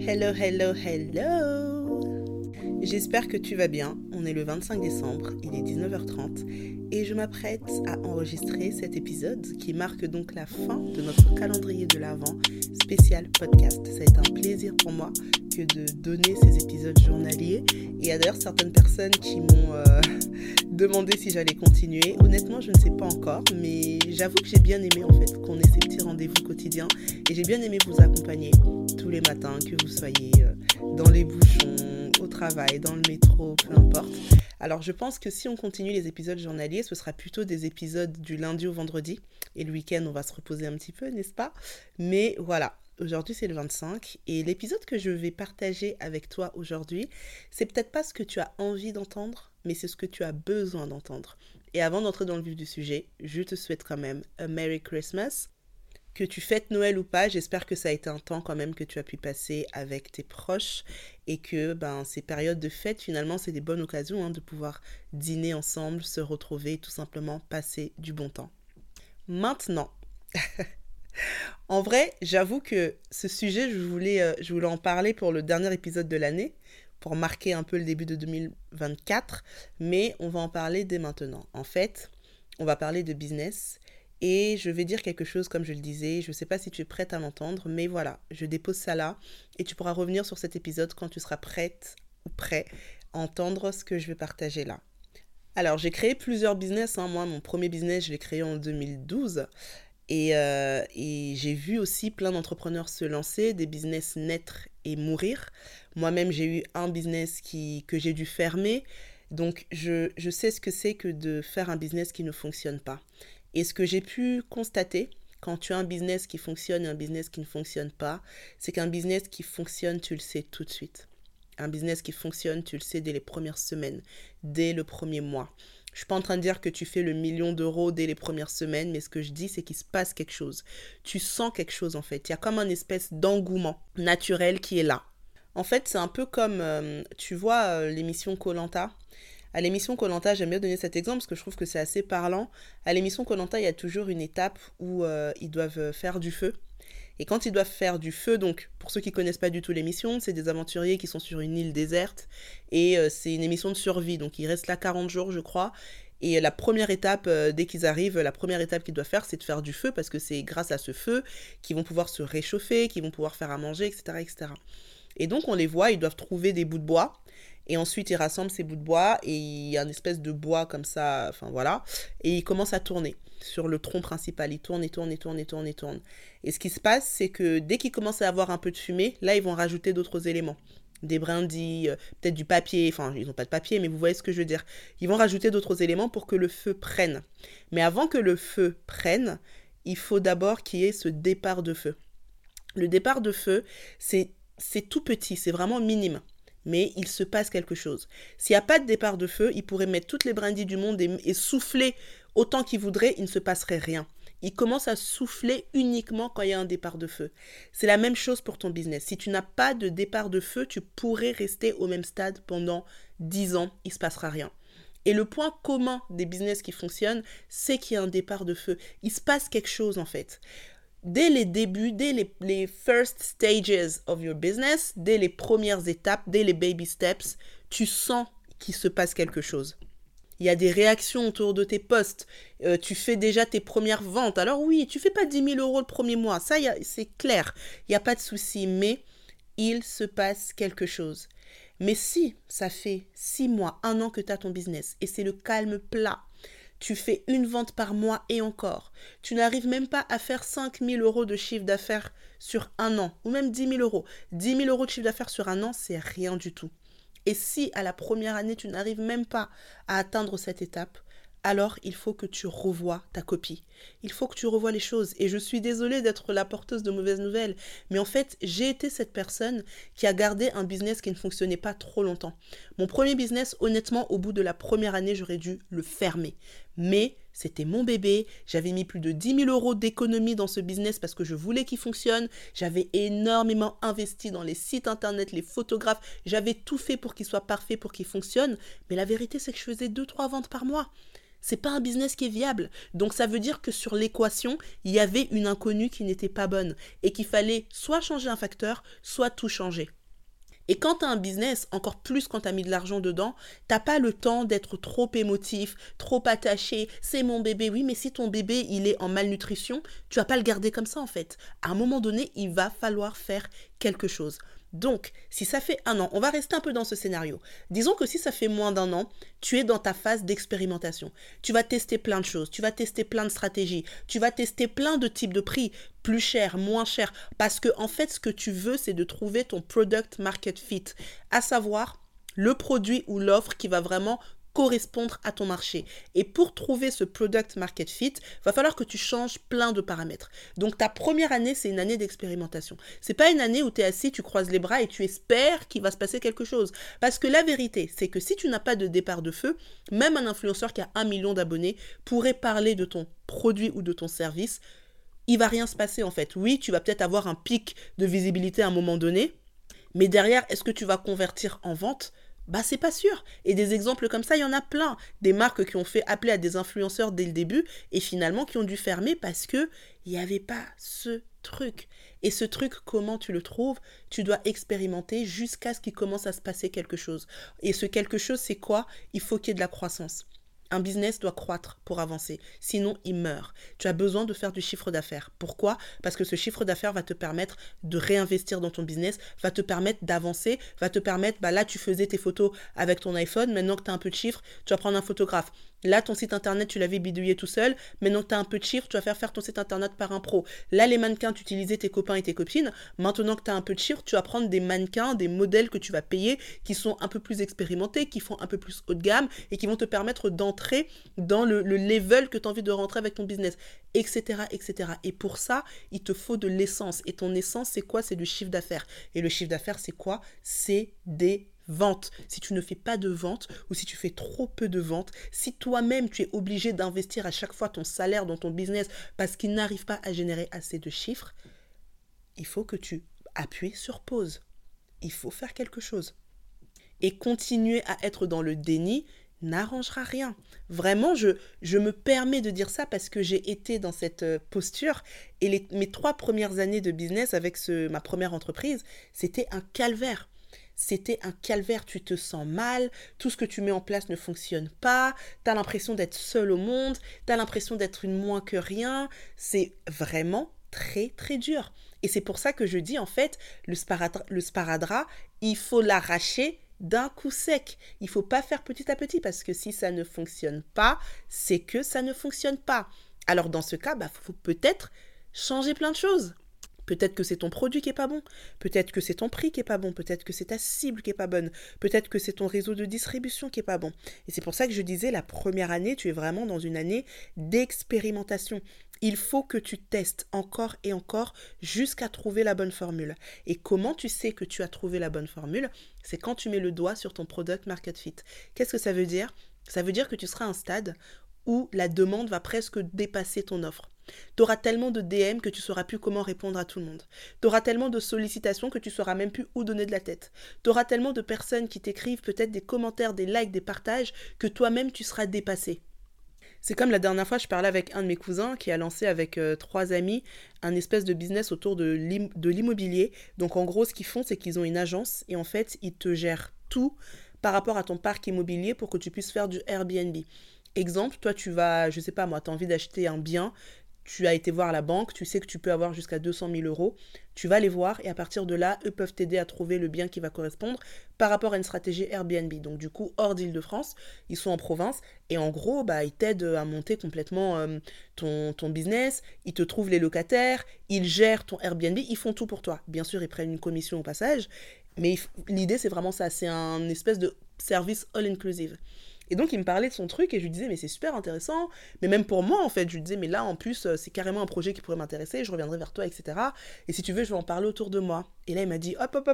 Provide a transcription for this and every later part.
Hello, hello, hello! J'espère que tu vas bien. On est le 25 décembre, il est 19h30 et je m'apprête à enregistrer cet épisode qui marque donc la fin de notre calendrier de l'Avent spécial podcast. Ça a été un plaisir pour moi que de donner ces épisodes journaliers. Et il y a d'ailleurs certaines personnes qui m'ont demandé si j'allais continuer. Honnêtement, je ne sais pas encore, mais j'avoue que j'ai bien aimé en fait qu'on ait ces petits rendez-vous quotidiens et j'ai bien aimé vous accompagner tous les matins, que vous soyez dans les bouchons, au travail, dans le métro, peu importe. Alors je pense que si on continue les épisodes journaliers, ce sera plutôt des épisodes du lundi au vendredi. Et le week-end, on va se reposer un petit peu, n'est-ce pas? Mais voilà, aujourd'hui c'est le 25. Et l'épisode que je vais partager avec toi aujourd'hui, c'est peut-être pas ce que tu as envie d'entendre, mais c'est ce que tu as besoin d'entendre. Et avant d'entrer dans le vif du sujet, je te souhaite quand même un Merry Christmas. Que tu fêtes Noël ou pas, j'espère que ça a été un temps quand même que tu as pu passer avec tes proches et que ces périodes de fête, finalement, c'est des bonnes occasions de pouvoir dîner ensemble, se retrouver, tout simplement passer du bon temps. Maintenant, en vrai, j'avoue que ce sujet, je voulais en parler pour le dernier épisode de l'année, pour marquer un peu le début de 2024, mais on va en parler dès maintenant. En fait, on va parler de business. Et je vais dire quelque chose, comme je le disais, je ne sais pas si tu es prête à l'entendre, mais voilà, je dépose ça là et tu pourras revenir sur cet épisode quand tu seras prête ou prêt à entendre ce que je vais partager là. Alors, j'ai créé plusieurs business. Moi, mon premier business, je l'ai créé en 2012 et j'ai vu aussi plein d'entrepreneurs se lancer, des business naître et mourir. Moi-même, j'ai eu un business que j'ai dû fermer. Donc, je sais ce que c'est que de faire un business qui ne fonctionne pas. Et ce que j'ai pu constater, quand tu as un business qui fonctionne et un business qui ne fonctionne pas, c'est qu'un business qui fonctionne, tu le sais tout de suite. Un business qui fonctionne, tu le sais dès les premières semaines, dès le premier mois. Je ne suis pas en train de dire que tu fais le 1 million d'euros dès les premières semaines, mais ce que je dis, c'est qu'il se passe quelque chose. Tu sens quelque chose, en fait. Il y a comme un espèce d'engouement naturel qui est là. En fait, c'est un peu comme, tu vois, l'émission Koh-Lanta. À l'émission Koh-Lanta, j'aime bien donner cet exemple parce que je trouve que c'est assez parlant. À l'émission Koh-Lanta, il y a toujours une étape où ils doivent faire du feu. Et quand ils doivent faire du feu, donc pour ceux qui ne connaissent pas du tout l'émission, c'est des aventuriers qui sont sur une île déserte et c'est une émission de survie. Donc ils restent là 40 jours, je crois. Et la première étape, dès qu'ils arrivent, la première étape qu'ils doivent faire, c'est de faire du feu parce que c'est grâce à ce feu qu'ils vont pouvoir se réchauffer, qu'ils vont pouvoir faire à manger, etc., etc. Et donc on les voit, ils doivent trouver des bouts de bois. Et ensuite, ils rassemblent ces bouts de bois et il y a une espèce de bois comme ça, enfin voilà. Et ils commencent à tourner sur le tronc principal. Ils tournent, ils tournent, ils tournent, ils tournent, ils tournent. Et ce qui se passe, c'est que dès qu'ils commencent à avoir un peu de fumée, là, ils vont rajouter d'autres éléments. Des brindilles, peut-être du papier, enfin, ils n'ont pas de papier, mais vous voyez ce que je veux dire. Ils vont rajouter d'autres éléments pour que le feu prenne. Mais avant que le feu prenne, il faut d'abord qu'il y ait ce départ de feu. Le départ de feu, c'est tout petit, c'est vraiment minime. Mais il se passe quelque chose. S'il n'y a pas de départ de feu, il pourrait mettre toutes les brindilles du monde et souffler autant qu'il voudrait, il ne se passerait rien. Il commence à souffler uniquement quand il y a un départ de feu. C'est la même chose pour ton business. Si tu n'as pas de départ de feu, tu pourrais rester au même stade pendant 10 ans, il ne se passera rien. Et le point commun des business qui fonctionnent, c'est qu'il y a un départ de feu. Il se passe quelque chose en fait. Dès les débuts, dès les first stages of your business, dès les premières étapes, dès les baby steps, tu sens qu'il se passe quelque chose. Il y a des réactions autour de tes posts. Tu fais déjà tes premières ventes. Alors oui, tu ne fais pas 10 000 euros le premier mois. Ça, c'est clair. Il n'y a pas de souci. Mais il se passe quelque chose. Mais si ça fait 6 mois, 1 an que tu as ton business et c'est le calme plat, tu fais une vente par mois et encore. Tu n'arrives même pas à faire 5 000 euros de chiffre d'affaires sur 1 an, ou même 10 000 euros. 10 000 euros de chiffre d'affaires sur 1 an, c'est rien du tout. Et si à la première année, tu n'arrives même pas à atteindre cette étape, alors il faut que tu revoies ta copie. Il faut que tu revoies les choses. Et je suis désolée d'être la porteuse de mauvaises nouvelles, mais en fait, j'ai été cette personne qui a gardé un business qui ne fonctionnait pas trop longtemps. Mon premier business, honnêtement, au bout de la première année, j'aurais dû le fermer. Mais c'était mon bébé, j'avais mis plus de 10 000 euros d'économie dans ce business parce que je voulais qu'il fonctionne, j'avais énormément investi dans les sites internet, les photographes, j'avais tout fait pour qu'il soit parfait, pour qu'il fonctionne, mais la vérité c'est que je faisais 2-3 ventes par mois. c'est pas un business qui est viable. Donc ça veut dire que sur l'équation, il y avait une inconnue qui n'était pas bonne et qu'il fallait soit changer un facteur, soit tout changer. Et quand tu as un business, encore plus quand tu as mis de l'argent dedans, t'as pas le temps d'être trop émotif, trop attaché, c'est mon bébé. Oui, mais si ton bébé, il est en malnutrition, tu vas pas le garder comme ça en fait. À un moment donné, il va falloir faire quelque chose. Donc, si ça fait 1 an, on va rester un peu dans ce scénario. Disons que si ça fait moins d'1 an, tu es dans ta phase d'expérimentation. Tu vas tester plein de choses, tu vas tester plein de stratégies, tu vas tester plein de types de prix, plus cher, moins cher, parce que en fait, ce que tu veux, c'est de trouver ton product market fit, à savoir le produit ou l'offre qui va vraiment correspondre à ton marché. Et pour trouver ce product market fit, va falloir que tu changes plein de paramètres. Donc ta première année, c'est une année d'expérimentation. C'est pas une année où tu es assis, tu croises les bras et tu espères qu'il va se passer quelque chose. Parce que la vérité, c'est que si tu n'as pas de départ de feu, même un influenceur qui a 1 million d'abonnés pourrait parler de ton produit ou de ton service. Il va rien se passer en fait. Oui, tu vas peut-être avoir un pic de visibilité à un moment donné, mais derrière, est-ce que tu vas convertir en vente ? Bah c'est pas sûr. Et des exemples comme ça, il y en a plein. Des marques qui ont fait appeler à des influenceurs dès le début et finalement qui ont dû fermer parce que il n'y avait pas ce truc. Et ce truc, comment tu le trouves ? Tu dois expérimenter jusqu'à ce qu'il commence à se passer quelque chose. Et ce quelque chose, c'est quoi ? Il faut qu'il y ait de la croissance. Un business doit croître pour avancer, sinon il meurt. Tu as besoin de faire du chiffre d'affaires. Pourquoi ? Parce que ce chiffre d'affaires va te permettre de réinvestir dans ton business, va te permettre d'avancer, va te permettre, là tu faisais tes photos avec ton iPhone, maintenant que tu as un peu de chiffre, tu vas prendre un photographe. Là, ton site internet, tu l'avais bidouillé tout seul, maintenant que tu as un peu de chiffre, tu vas faire ton site internet par un pro. Là, les mannequins, tu utilisais tes copains et tes copines, maintenant que tu as un peu de chiffre, tu vas prendre des mannequins, des modèles que tu vas payer, qui sont un peu plus expérimentés, qui font un peu plus haut de gamme et qui vont te permettre d'entrer dans le level que tu as envie de rentrer avec ton business, etc., etc. Et pour ça, il te faut de l'essence. Et ton essence, c'est quoi ? C'est du chiffre d'affaires. Et le chiffre d'affaires, c'est quoi ? C'est des ventes. Si tu ne fais pas de ventes ou si tu fais trop peu de ventes, si toi-même tu es obligé d'investir à chaque fois ton salaire dans ton business parce qu'il n'arrive pas à générer assez de chiffres, il faut que tu appuies sur pause. Il faut faire quelque chose. Et continuer à être dans le déni n'arrangera rien. Vraiment, je me permets de dire ça parce que j'ai été dans cette posture et mes 3 premières années de business avec ma première entreprise, c'était un calvaire. C'était un calvaire, tu te sens mal, tout ce que tu mets en place ne fonctionne pas, t'as l'impression d'être seul au monde, t'as l'impression d'être une moins que rien, c'est vraiment très très dur. Et c'est pour ça que je dis en fait, le sparadrap, il faut l'arracher d'un coup sec. Il ne faut pas faire petit à petit parce que si ça ne fonctionne pas, c'est que ça ne fonctionne pas. Alors dans ce cas, faut peut-être changer plein de choses. Peut-être que c'est ton produit qui est pas bon, peut-être que c'est ton prix qui est pas bon, peut-être que c'est ta cible qui est pas bonne, peut-être que c'est ton réseau de distribution qui est pas bon. Et c'est pour ça que je disais, la première année, tu es vraiment dans une année d'expérimentation. Il faut que tu testes encore et encore jusqu'à trouver la bonne formule. Et comment tu sais que tu as trouvé la bonne formule ? C'est quand tu mets le doigt sur ton product market fit. Qu'est-ce que ça veut dire ? Ça veut dire que tu seras à un stade où la demande va presque dépasser ton offre. Tu auras tellement de DM que tu ne sauras plus comment répondre à tout le monde. Tu auras tellement de sollicitations que tu ne sauras même plus où donner de la tête. Tu auras tellement de personnes qui t'écrivent peut-être des commentaires, des likes, des partages, que toi-même tu seras dépassé. C'est comme la dernière fois, je parlais avec un de mes cousins qui a lancé avec 3 amis un espèce de business autour de l'immobilier. Donc en gros, ce qu'ils font, c'est qu'ils ont une agence et en fait, ils te gèrent tout par rapport à ton parc immobilier pour que tu puisses faire du Airbnb. Exemple, toi tu vas, je sais pas moi, tu as envie d'acheter un bien, tu as été voir la banque, tu sais que tu peux avoir jusqu'à 200 000 euros, tu vas les voir et à partir de là, eux peuvent t'aider à trouver le bien qui va correspondre par rapport à une stratégie Airbnb. Donc du coup, hors d'Île-de-France, ils sont en province et en gros, ils t'aident à monter complètement ton business, ils te trouvent les locataires, ils gèrent ton Airbnb, ils font tout pour toi. Bien sûr, ils prennent une commission au passage, mais l'idée c'est vraiment ça, c'est un espèce de service all-inclusive. Et donc, il me parlait de son truc et je lui disais, mais c'est super intéressant. Mais même pour moi, en fait, je lui disais, mais là, en plus, c'est carrément un projet qui pourrait m'intéresser. Je reviendrai vers toi, etc. Et si tu veux, je vais en parler autour de moi. Et là, il m'a dit, hop,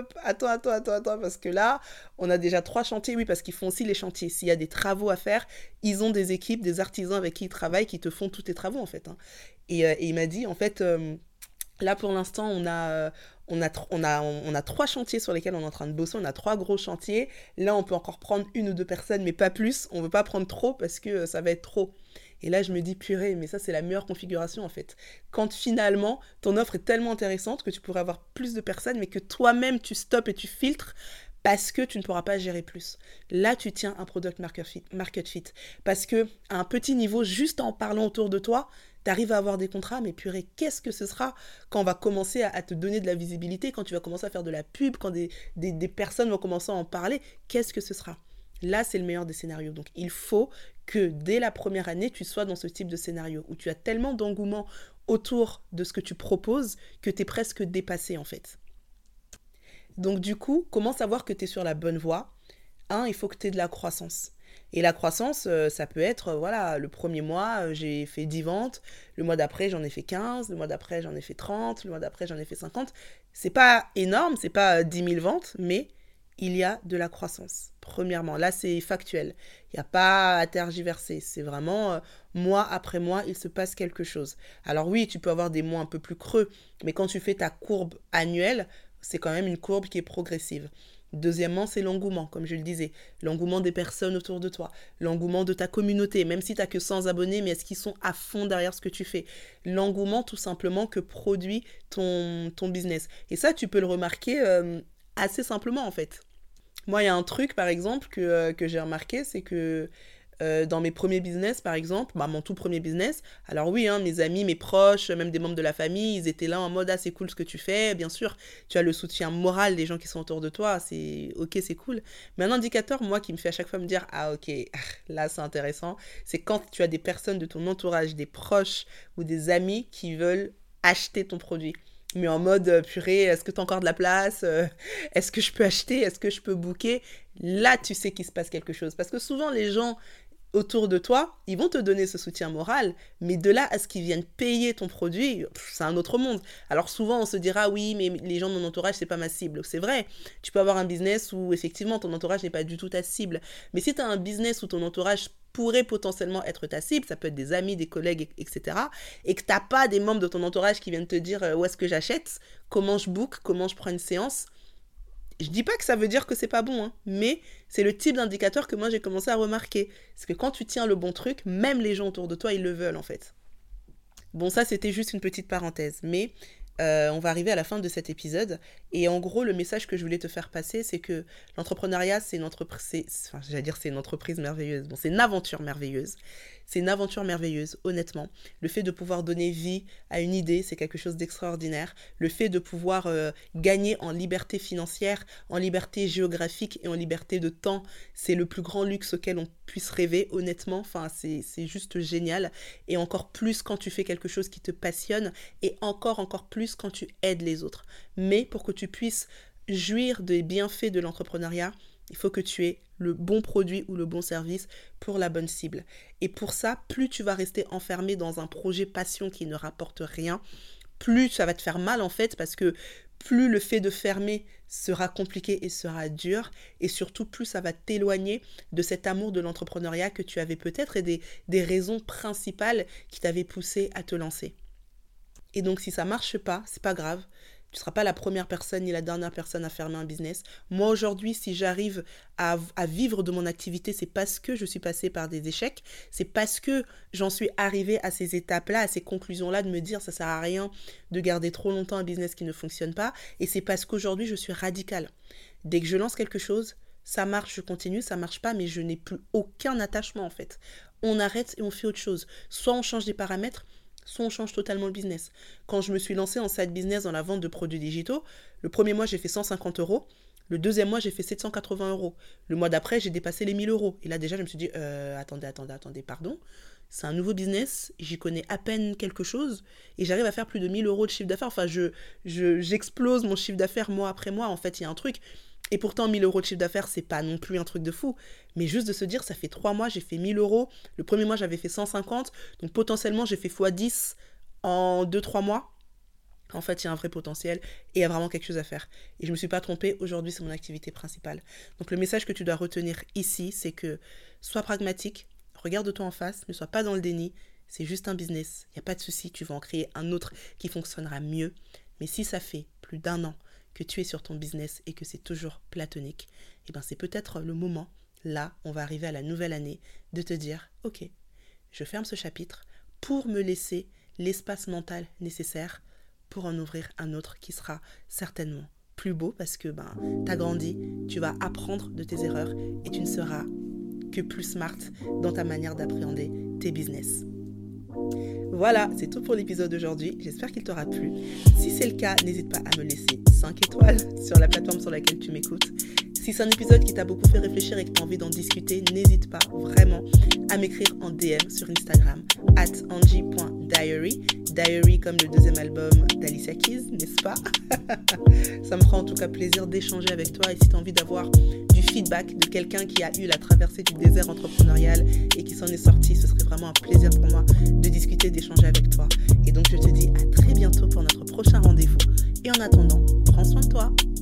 attends, parce que là, on a déjà 3 chantiers. Oui, parce qu'ils font aussi les chantiers. S'il y a des travaux à faire, ils ont des équipes, des artisans avec qui ils travaillent, qui te font tous tes travaux, en fait. Et il m'a dit, en fait... là, pour l'instant, on a 3 chantiers sur lesquels on est en train de bosser, on a 3 gros chantiers. Là, on peut encore prendre 1 ou 2 personnes, mais pas plus. On veut pas prendre trop parce que ça va être trop. Et là, je me dis, purée, mais ça, c'est la meilleure configuration, en fait. Quand finalement, ton offre est tellement intéressante que tu pourrais avoir plus de personnes, mais que toi-même, tu stoppes et tu filtres parce que tu ne pourras pas gérer plus. Là, tu tiens un product market fit. Parce que à un petit niveau, juste en parlant autour de toi, tu arrives à avoir des contrats, mais purée, qu'est-ce que ce sera quand on va commencer à te donner de la visibilité, quand tu vas commencer à faire de la pub, quand des personnes vont commencer à en parler, qu'est-ce que ce sera? Là, c'est le meilleur des scénarios. Donc, il faut que dès la première année, tu sois dans ce type de scénario où tu as tellement d'engouement autour de ce que tu proposes que tu es presque dépassé, en fait. Donc, du coup, comment savoir que tu es sur la bonne voie? Il faut que tu aies de la croissance. Et la croissance, ça peut être, voilà, le premier mois, j'ai fait 10 ventes, le mois d'après, j'en ai fait 15, le mois d'après, j'en ai fait 30, le mois d'après, j'en ai fait 50. C'est pas énorme, c'est pas 10 000 ventes, mais il y a de la croissance. Premièrement, là, c'est factuel. Il n'y a pas à tergiverser. C'est vraiment, mois après mois, il se passe quelque chose. Alors oui, tu peux avoir des mois un peu plus creux, mais quand tu fais ta courbe annuelle, c'est quand même une courbe qui est progressive. Deuxièmement, c'est l'engouement, comme je le disais. L'engouement des personnes autour de toi. L'engouement de ta communauté, même si tu n'as que 100 abonnés, mais est-ce qu'ils sont à fond derrière ce que tu fais? L'engouement, tout simplement, que produit ton business. Et ça, tu peux le remarquer assez simplement, en fait. Moi, il y a un truc, par exemple, que j'ai remarqué, c'est que dans mes premiers business, par exemple, mon tout premier business, alors oui, mes amis, mes proches, même des membres de la famille, ils étaient là en mode « Ah, c'est cool ce que tu fais ». Bien sûr, tu as le soutien moral des gens qui sont autour de toi, c'est ok, c'est cool. Mais un indicateur, moi, qui me fait à chaque fois me dire « Ah, ok, là, c'est intéressant », c'est quand tu as des personnes de ton entourage, des proches ou des amis qui veulent acheter ton produit. Mais en mode purée, est-ce que tu as encore de la place? Est-ce que je peux acheter? Est-ce que je peux booker? Là, tu sais qu'il se passe quelque chose. Parce que souvent, les gens autour de toi, ils vont te donner ce soutien moral, mais de là à ce qu'ils viennent payer ton produit, c'est un autre monde. Alors souvent, on se dira, oui, mais les gens de mon entourage, c'est pas ma cible. C'est vrai, tu peux avoir un business où effectivement, ton entourage n'est pas du tout ta cible. Mais si tu as un business où ton entourage pourrait potentiellement être ta cible, ça peut être des amis, des collègues, etc. Et que tu n'as pas des membres de ton entourage qui viennent te dire où est-ce que j'achète, comment je book, comment je prends une séance. Je dis pas que ça veut dire que c'est pas bon, mais c'est le type d'indicateur que moi j'ai commencé à remarquer. C'est que quand tu tiens le bon truc, même les gens autour de toi, ils le veulent en fait. Bon, ça c'était juste une petite parenthèse, mais on va arriver à la fin de cet épisode. Et en gros, le message que je voulais te faire passer, c'est que l'entrepreneuriat, c'est une entreprise, c'est une entreprise merveilleuse. Bon, c'est une aventure merveilleuse. C'est une aventure merveilleuse, honnêtement. Le fait de pouvoir donner vie à une idée, c'est quelque chose d'extraordinaire. Le fait de pouvoir gagner en liberté financière, en liberté géographique et en liberté de temps, c'est le plus grand luxe auquel on puisse rêver, honnêtement. Enfin, c'est juste génial. Et encore plus quand tu fais quelque chose qui te passionne et encore plus quand tu aides les autres. Mais pour que tu puisses jouir des bienfaits de l'entrepreneuriat, il faut que tu aies le bon produit ou le bon service pour la bonne cible. Et pour ça, plus tu vas rester enfermé dans un projet passion qui ne rapporte rien, plus ça va te faire mal en fait, parce que plus le fait de fermer sera compliqué et sera dur, et surtout plus ça va t'éloigner de cet amour de l'entrepreneuriat que tu avais peut-être et des raisons principales qui t'avaient poussé à te lancer. Et donc si ça marche pas, c'est pas grave. Tu ne seras pas la première personne ni la dernière personne à fermer un business. Moi aujourd'hui, si j'arrive à vivre de mon activité, c'est parce que je suis passée par des échecs. C'est parce que j'en suis arrivée à ces étapes-là, à ces conclusions-là, de me dire ça sert à rien de garder trop longtemps un business qui ne fonctionne pas. Et c'est parce qu'aujourd'hui, je suis radicale. Dès que je lance quelque chose, ça marche, je continue, ça marche pas, mais je n'ai plus aucun attachement en fait. On arrête et on fait autre chose. Soit on change des paramètres, soit on change totalement le business. Quand je me suis lancée en side business dans la vente de produits digitaux, le premier mois, j'ai fait 150 €. Le deuxième mois, j'ai fait 780 €. Le mois d'après, j'ai dépassé les 1000 €. Et là, déjà, je me suis dit, attendez, pardon. C'est un nouveau business, j'y connais à peine quelque chose, et j'arrive à faire plus de 1000 € de chiffre d'affaires. Enfin, j'explose mon chiffre d'affaires mois après mois. En fait, il y a un truc. Et pourtant, 1000 € de chiffre d'affaires, c'est pas non plus un truc de fou. Mais juste de se dire, ça fait 3 mois, j'ai fait 1000 €. Le premier mois, j'avais fait 150. Donc potentiellement, j'ai fait x10 en 2-3 mois. En fait, il y a un vrai potentiel et il y a vraiment quelque chose à faire. Et je ne me suis pas trompée, aujourd'hui, c'est mon activité principale. Donc le message que tu dois retenir ici, c'est que sois pragmatique, regarde-toi en face, ne sois pas dans le déni. C'est juste un business, il n'y a pas de souci, tu vas en créer un autre qui fonctionnera mieux. Mais si ça fait plus d'1 an que tu es sur ton business et que c'est toujours platonique, c'est peut-être le moment, là, on va arriver à la nouvelle année, de te dire, ok, je ferme ce chapitre pour me laisser l'espace mental nécessaire pour en ouvrir un autre qui sera certainement plus beau parce que tu as grandi, tu vas apprendre de tes erreurs et tu ne seras que plus smart dans ta manière d'appréhender tes business. Voilà, c'est tout pour l'épisode d'aujourd'hui. J'espère qu'il t'aura plu. Si c'est le cas, n'hésite pas à me laisser 5 étoiles sur la plateforme sur laquelle tu m'écoutes. Si c'est un épisode qui t'a beaucoup fait réfléchir et que tu as envie d'en discuter, n'hésite pas vraiment à m'écrire en DM sur Instagram @angie.diary. Diary comme le 2e album d'Alicia Keys, n'est-ce pas? Ça me fera en tout cas plaisir d'échanger avec toi et si tu as envie d'avoir du feedback de quelqu'un qui a eu la traversée du désert entrepreneurial et qui s'en est sorti, ce serait vraiment un plaisir pour moi de discuter, d'échanger avec toi. Et donc je te dis à très bientôt pour notre prochain rendez-vous. Et en attendant, prends soin de toi.